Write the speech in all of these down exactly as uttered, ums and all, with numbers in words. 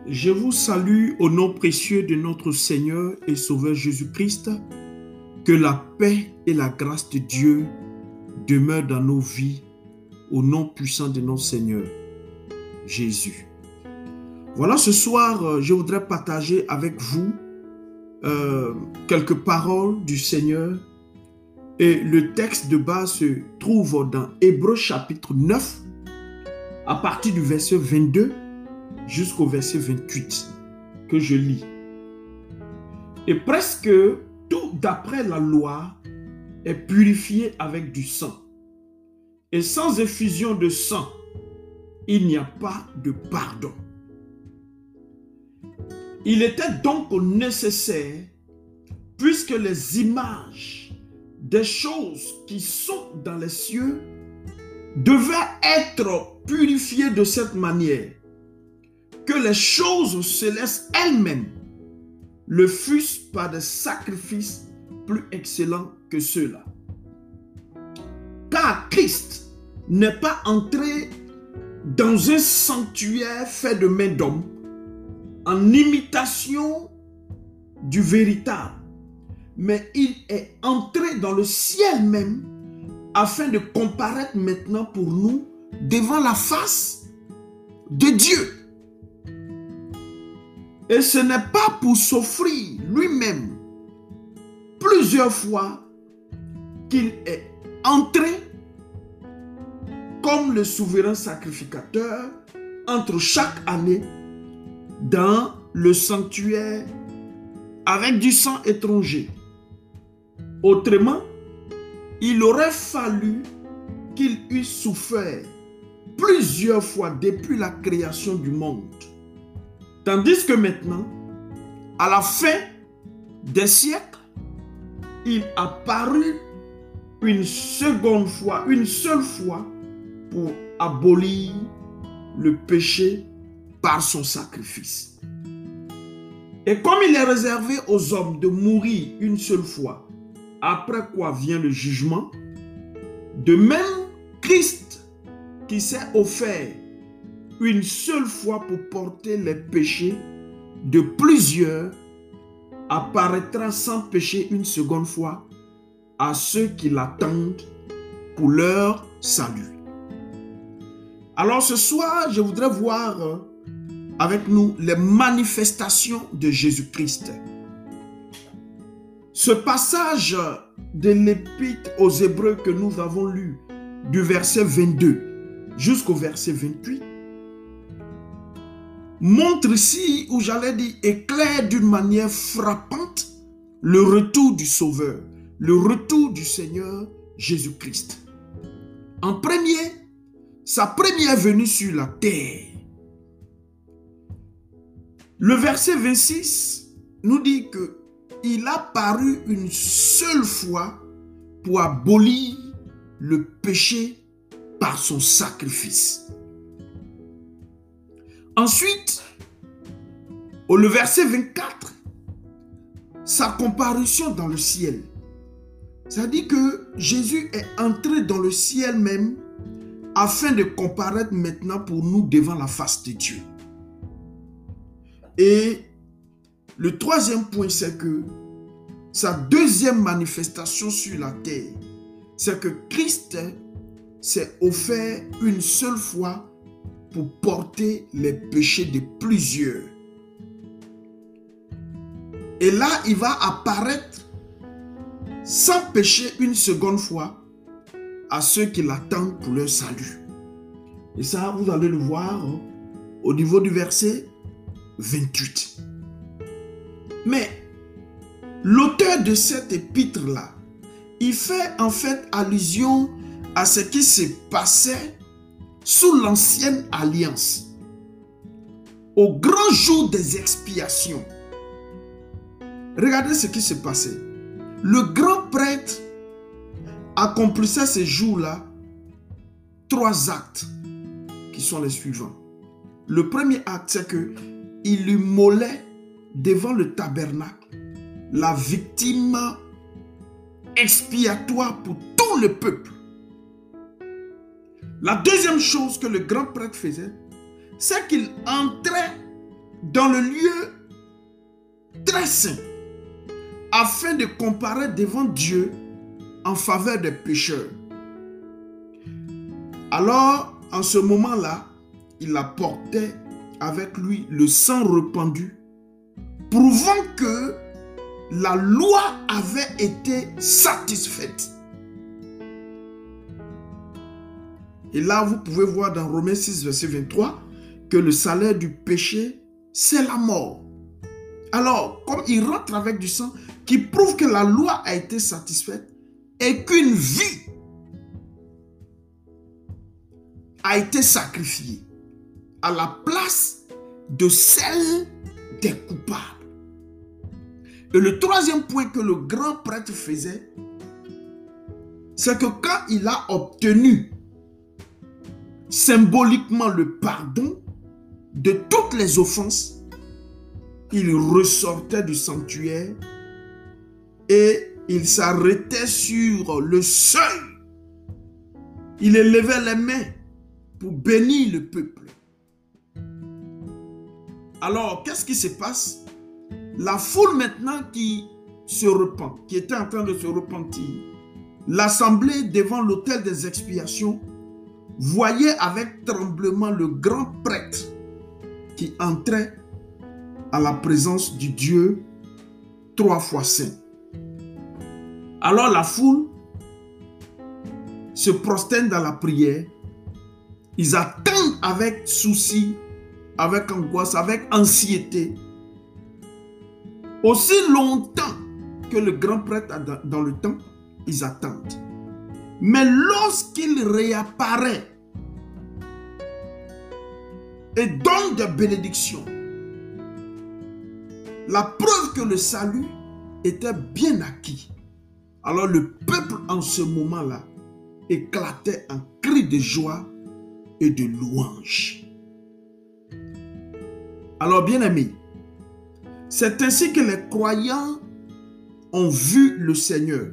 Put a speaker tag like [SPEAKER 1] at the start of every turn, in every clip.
[SPEAKER 1] Je vous salue au nom précieux de notre Seigneur et Sauveur Jésus-Christ. Que la paix et la grâce de Dieu demeurent dans nos vies au nom puissant de notre Seigneur Jésus. Voilà, ce soir, je voudrais partager avec vous euh, quelques paroles du Seigneur. Et le texte de base se trouve dans Hébreux chapitre neuf, à partir du verset vingt-deux jusqu'au verset vingt-huit, que je lis. Et presque tout d'après la loi est purifié avec du sang. Et sans effusion de sang, il n'y a pas de pardon. Il était donc nécessaire, puisque les images des choses qui sont dans les cieux devaient être purifiées de cette manière, que les choses célestes elles-mêmes le fussent par des sacrifices plus excellents que ceux-là. Car Christ n'est pas entré dans un sanctuaire fait de main d'homme en imitation du véritable, mais il est entré dans le ciel même afin de comparaître maintenant pour nous devant la face de Dieu. Et ce n'est pas pour s'offrir lui-même plusieurs fois qu'il est entré comme le souverain sacrificateur entre chaque année dans le sanctuaire avec du sang étranger. Autrement, il aurait fallu qu'il eût souffert plusieurs fois depuis la création du monde. Tandis que maintenant, à la fin des siècles, il a paru une seconde fois, une seule fois, pour abolir le péché par son sacrifice. Et comme il est réservé aux hommes de mourir une seule fois, après quoi vient le jugement, de même Christ qui s'est offert une seule fois pour porter les péchés de plusieurs, apparaîtra sans péché une seconde fois à ceux qui l'attendent pour leur salut. Alors ce soir, je voudrais voir avec nous les manifestations de Jésus-Christ. Ce passage de l'épître aux Hébreux que nous avons lu, du verset vingt-deux jusqu'au verset vingt-huit, montre ici, ou j'allais dire, éclaire d'une manière frappante le retour du Sauveur, le retour du Seigneur Jésus-Christ. En premier, sa première venue sur la terre. Le verset vingt-six nous dit que il a paru une seule fois pour abolir le péché par son sacrifice. Ensuite, au verset vingt-quatre, sa comparution dans le ciel. Ça dit que Jésus est entré dans le ciel même afin de comparaître maintenant pour nous devant la face de Dieu. Et le troisième point, c'est que sa deuxième manifestation sur la terre, c'est que Christ s'est offert une seule fois pour porter les péchés de plusieurs. Et là, il va apparaître sans péché une seconde fois à ceux qui l'attendent pour leur salut. Et ça, vous allez le voir hein, au niveau du verset vingt-huit. Mais l'auteur de cette épître-là, il fait en fait allusion à ce qui se passait sous l'ancienne alliance, au grand jour des expiations. Regardez ce qui se passait. Le grand prêtre accomplissait ces jours-là trois actes qui sont les suivants. Le premier acte, c'est que il immolait devant le tabernacle la victime expiatoire pour tout le peuple. La deuxième chose que le grand prêtre faisait, c'est qu'il entrait dans le lieu très saint, afin de comparer devant Dieu en faveur des pécheurs. Alors, en ce moment-là, il apportait avec lui le sang répandu, prouvant que la loi avait été satisfaite. Et là, vous pouvez voir dans Romains six, verset vingt-trois, que le salaire du péché, c'est la mort. Alors, comme il rentre avec du sang qui prouve que la loi a été satisfaite et qu'une vie a été sacrifiée à la place de celle des coupables. Et le troisième point que le grand prêtre faisait, c'est que quand il a obtenu symboliquement le pardon de toutes les offenses, il ressortait du sanctuaire et il s'arrêtait sur le seuil. Il élevait les mains pour bénir le peuple. Alors, qu'est-ce qui se passe? La foule maintenant qui se repent, qui était en train de se repentir, l'assemblée devant l'autel des expiations, voyait avec tremblement le grand prêtre qui entrait à la présence du Dieu trois fois saint. Alors la foule se prosterne dans la prière. Ils attendent avec souci, avec angoisse, avec anxiété, aussi longtemps que le grand prêtre a dans le temple, ils attendent. Mais lorsqu'il réapparaît et donne des bénédictions, la preuve que le salut était bien acquis, alors le peuple en ce moment-là éclatait en cris de joie et de louange. Alors bien aimés, c'est ainsi que les croyants ont vu le Seigneur.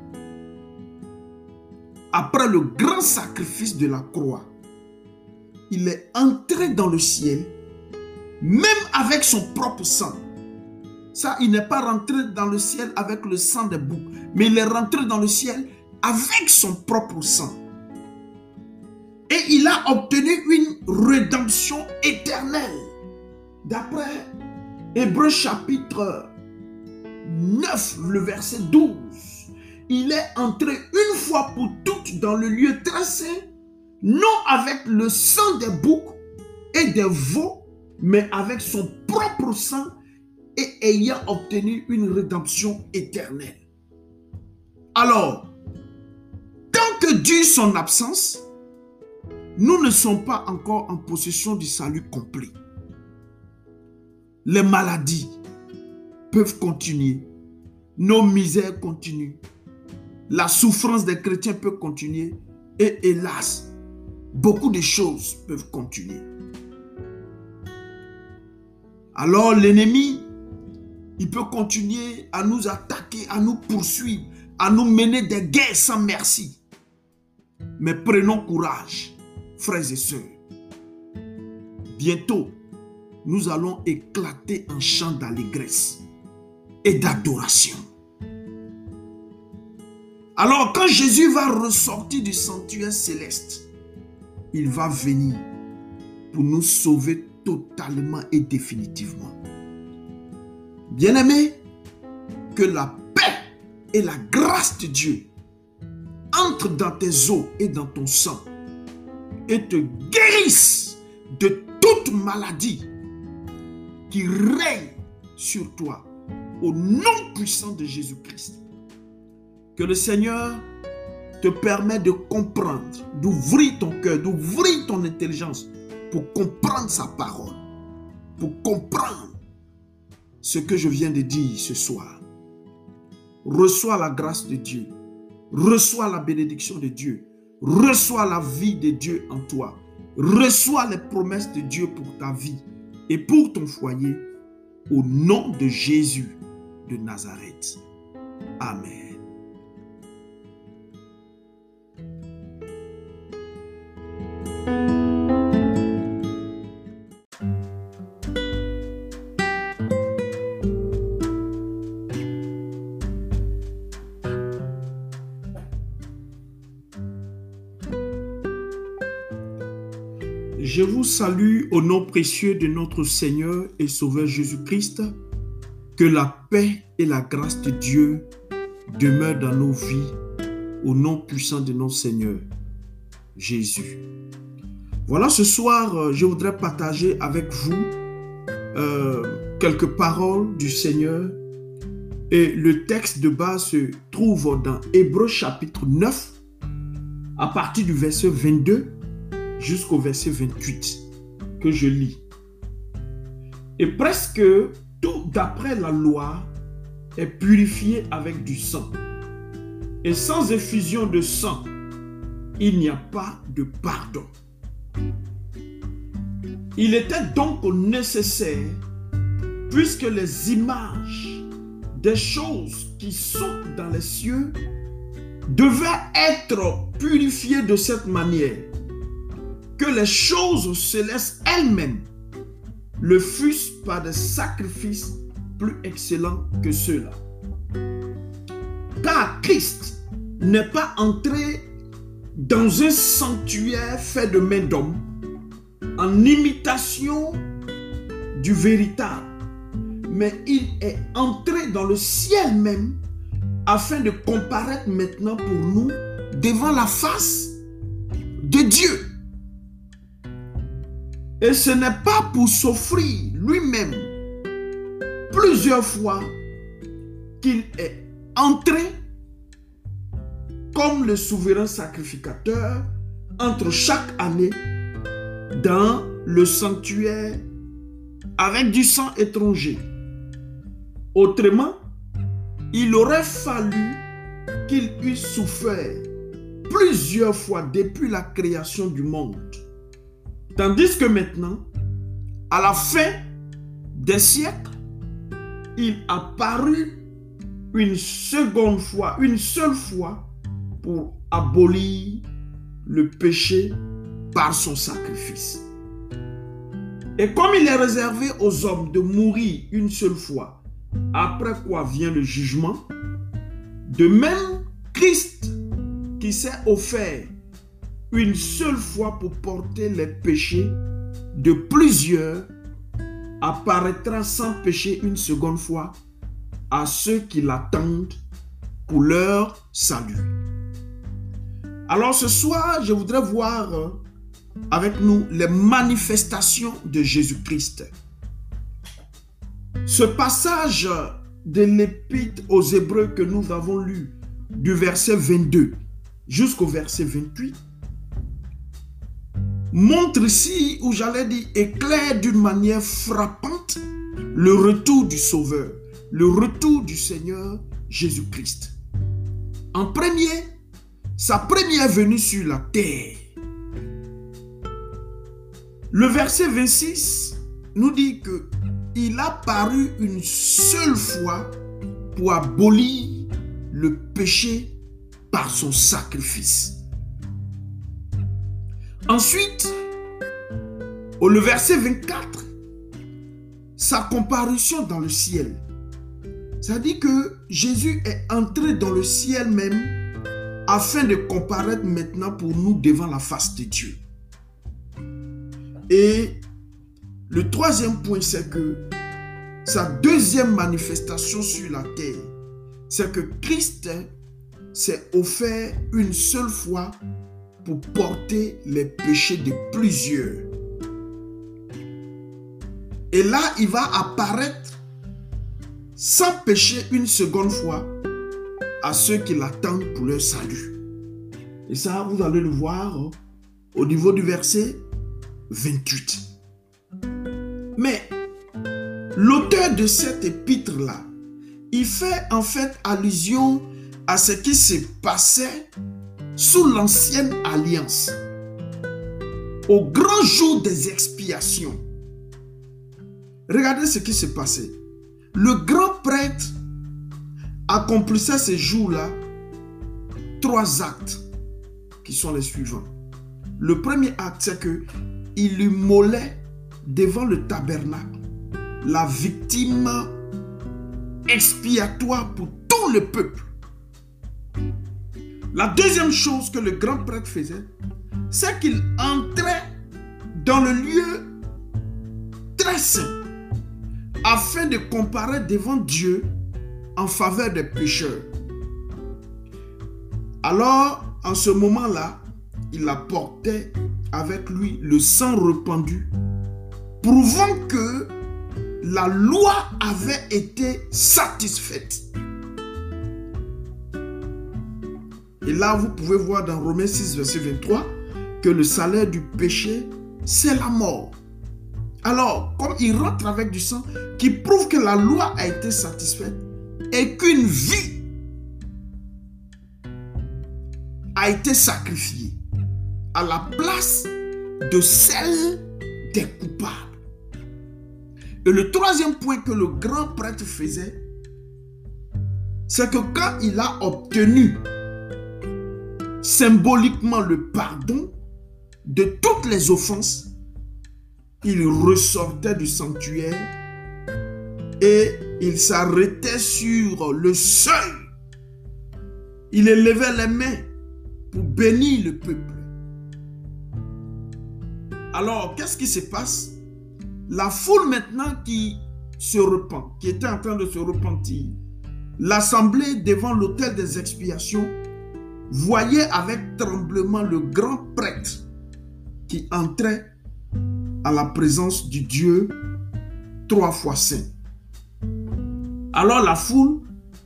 [SPEAKER 1] Après le grand sacrifice de la croix, il est entré dans le ciel, même avec son propre sang. Ça, il n'est pas rentré dans le ciel avec le sang des boucs, mais il est rentré dans le ciel avec son propre sang. Et il a obtenu une rédemption éternelle. D'après Hébreux chapitre neuf, le verset douze, il est entré une fois pour toutes dans le lieu très saint, non avec le sang des boucs et des veaux, mais avec son propre sang et ayant obtenu une rédemption éternelle. Alors, tant que dure son absence, nous ne sommes pas encore en possession du salut complet. Les maladies peuvent continuer. Nos misères continuent. La souffrance des chrétiens peut continuer. Et hélas, beaucoup de choses peuvent continuer. Alors l'ennemi, il peut continuer à nous attaquer, à nous poursuivre, à nous mener des guerres sans merci. Mais prenons courage, frères et sœurs. Bientôt, nous allons éclater en chant d'allégresse et d'adoration. Alors, quand Jésus va ressortir du sanctuaire céleste, il va venir pour nous sauver totalement et définitivement. Bien-aimés, que la paix et la grâce de Dieu entrent dans tes os et dans ton sang et te guérissent de toute maladie qui règne sur toi au nom puissant de Jésus-Christ. Que le Seigneur te permette de comprendre, d'ouvrir ton cœur, d'ouvrir ton intelligence pour comprendre sa parole, pour comprendre ce que je viens de dire ce soir. Reçois la grâce de Dieu, reçois la bénédiction de Dieu, reçois la vie de Dieu en toi, reçois les promesses de Dieu pour ta vie et pour ton foyer, au nom de Jésus de Nazareth. Amen. Je vous salue au nom précieux de notre Seigneur et Sauveur Jésus-Christ. Que la paix et la grâce de Dieu demeurent dans nos vies au nom puissant de notre Seigneur Jésus. Voilà, ce soir, je voudrais partager avec vous euh, quelques paroles du Seigneur. Et le texte de base se trouve dans Hébreux chapitre neuf, à partir du verset vingt-deux jusqu'au verset vingt-huit, que je lis. Et presque tout d'après la loi est purifié avec du sang. Et sans effusion de sang, il n'y a pas de pardon. Il était donc nécessaire, puisque les images des choses qui sont dans les cieux devaient être purifiées de cette manière, que les choses célestes elles-mêmes le fussent par des sacrifices plus excellents que ceux-là. Car Christ n'est pas entré dans un sanctuaire fait de main d'homme, en imitation du véritable, mais il est entré dans le ciel même, afin de comparaître maintenant pour nous devant la face de Dieu. Et ce n'est pas pour s'offrir lui-même plusieurs fois qu'il est entré comme le souverain sacrificateur entre chaque année dans le sanctuaire avec du sang étranger. Autrement, il aurait fallu qu'il eût souffert plusieurs fois depuis la création du monde. Tandis que maintenant, à la fin des siècles, il apparut une seconde fois, une seule fois, pour abolir le péché par son sacrifice. Et comme il est réservé aux hommes de mourir une seule fois, après quoi vient le jugement, de même Christ, qui s'est offert une seule fois pour porter les péchés de plusieurs, apparaîtra sans péché une seconde fois à ceux qui l'attendent pour leur salut. Alors ce soir, je voudrais voir avec nous les manifestations de Jésus-Christ. Ce passage de l'épître aux Hébreux que nous avons lu du verset vingt-deux jusqu'au verset vingt-huit montre ici, ou j'allais dire éclaire d'une manière frappante, le retour du Sauveur, le retour du Seigneur Jésus-Christ. En premier, sa première venue sur la terre. Le verset vingt-six nous dit que il a paru une seule fois pour abolir le péché par son sacrifice. Ensuite, au le verset vingt-quatre, sa comparution dans le ciel. Ça dit que Jésus est entré dans le ciel même afin de comparaître maintenant pour nous devant la face de Dieu. Et le troisième point, c'est que sa deuxième manifestation sur la terre, c'est que Christ s'est offert une seule fois pour porter les péchés de plusieurs. Et là, il va apparaître sans péché une seconde fois à ceux qui l'attendent pour leur salut. Et ça, vous allez le voir hein, au niveau du verset vingt-huit. Mais l'auteur de cette épître-là, il fait en fait allusion à ce qui se passait sous l'ancienne alliance, au grand jour des expiations. Regardez ce qui se passait. Le grand prêtre accomplissait ces jours-là trois actes qui sont les suivants. Le premier acte, c'est que il immolait devant le tabernacle la victime expiatoire pour tout le peuple. La deuxième chose que le grand prêtre faisait, c'est qu'il entrait dans le lieu très saint, afin de comparaître devant Dieu en faveur des pécheurs. Alors, en ce moment-là, il apportait avec lui le sang répandu, prouvant que la loi avait été satisfaite. Et là, vous pouvez voir dans Romains six, verset vingt-trois, que le salaire du péché, c'est la mort. Alors, comme il rentre avec du sang qui prouve que la loi a été satisfaite et qu'une vie a été sacrifiée à la place de celle des coupables. Et le troisième point que le grand prêtre faisait, c'est que quand il a obtenu symboliquement le pardon de toutes les offenses, il ressortait du sanctuaire et il s'arrêtait sur le seuil. Il élevait les mains pour bénir le peuple. Alors, qu'est-ce qui se passe? La foule maintenant qui se repent, qui était en train de se repentir, l'assemblée devant l'autel des expiations voyait avec tremblement le grand prêtre qui entrait à la présence du Dieu trois fois saint. Alors la foule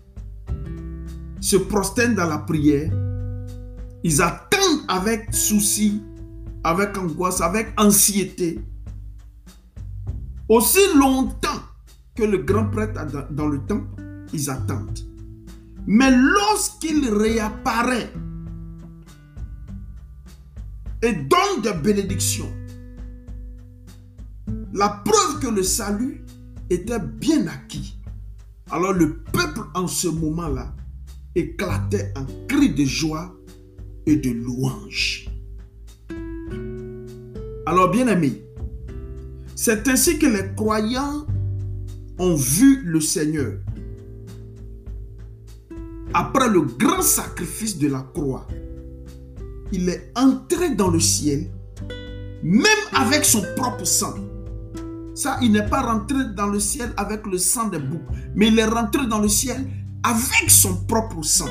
[SPEAKER 1] se prosterne dans la prière. Ils attendent avec souci, avec angoisse, avec anxiété, aussi longtemps que le grand prêtre est dans le temple, ils attendent. Mais lorsqu'il réapparaît et donne des bénédictions, la preuve que le salut était bien acquis, alors le peuple en ce moment-là éclatait en cris de joie et de louange. Alors bien-aimés, c'est ainsi que les croyants ont vu le Seigneur. Après le grand sacrifice de la croix, il est entré dans le ciel, même avec son propre sang. Ça, il n'est pas rentré dans le ciel avec le sang des boucs, mais il est rentré dans le ciel avec son propre sang.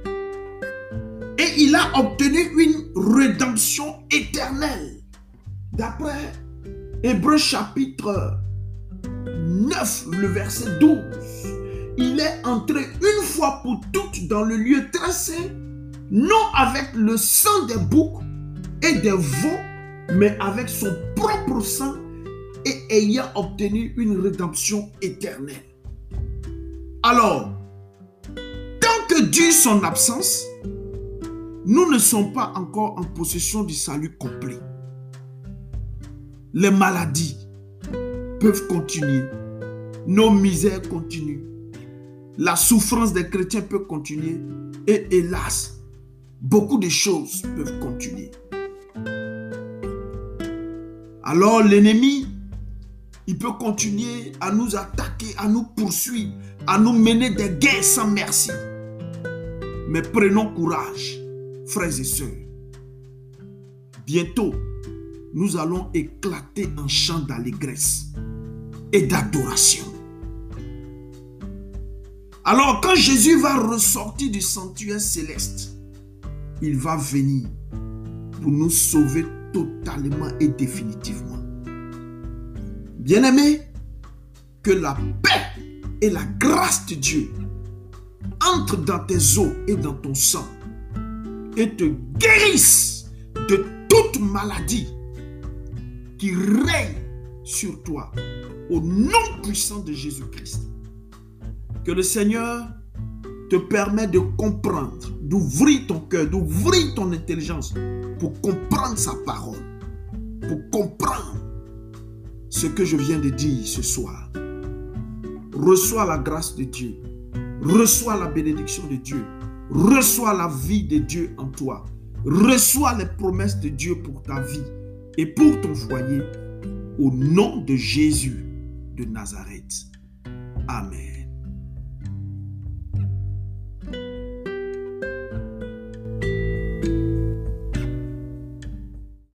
[SPEAKER 1] Et il a obtenu une rédemption éternelle. D'après Hébreux chapitre neuf, le verset douze, il est entré une fois pour toutes dans le lieu très saint, non avec le sang des boucs et des veaux, mais avec son propre sang et ayant obtenu une rédemption éternelle. Alors, tant que dure son absence, nous ne sommes pas encore en possession du salut complet. Les maladies peuvent continuer, nos misères continuent, la souffrance des chrétiens peut continuer et hélas, beaucoup de choses peuvent continuer. Alors l'ennemi, il peut continuer à nous attaquer, à nous poursuivre, à nous mener des guerres sans merci. Mais prenons courage, frères et sœurs. Bientôt, nous allons éclater en chant d'allégresse et d'adoration. Alors, quand Jésus va ressortir du sanctuaire céleste, il va venir pour nous sauver totalement et définitivement. Bien-aimés, que la paix et la grâce de Dieu entrent dans tes os et dans ton sang et te guérissent de toute maladie qui règne sur toi au nom puissant de Jésus-Christ. Que le Seigneur te permette de comprendre, d'ouvrir ton cœur, d'ouvrir ton intelligence pour comprendre sa parole, pour comprendre ce que je viens de dire ce soir. Reçois la grâce de Dieu, reçois la bénédiction de Dieu, reçois la vie de Dieu en toi, reçois les promesses de Dieu pour ta vie et pour ton foyer, au nom de Jésus de Nazareth. Amen.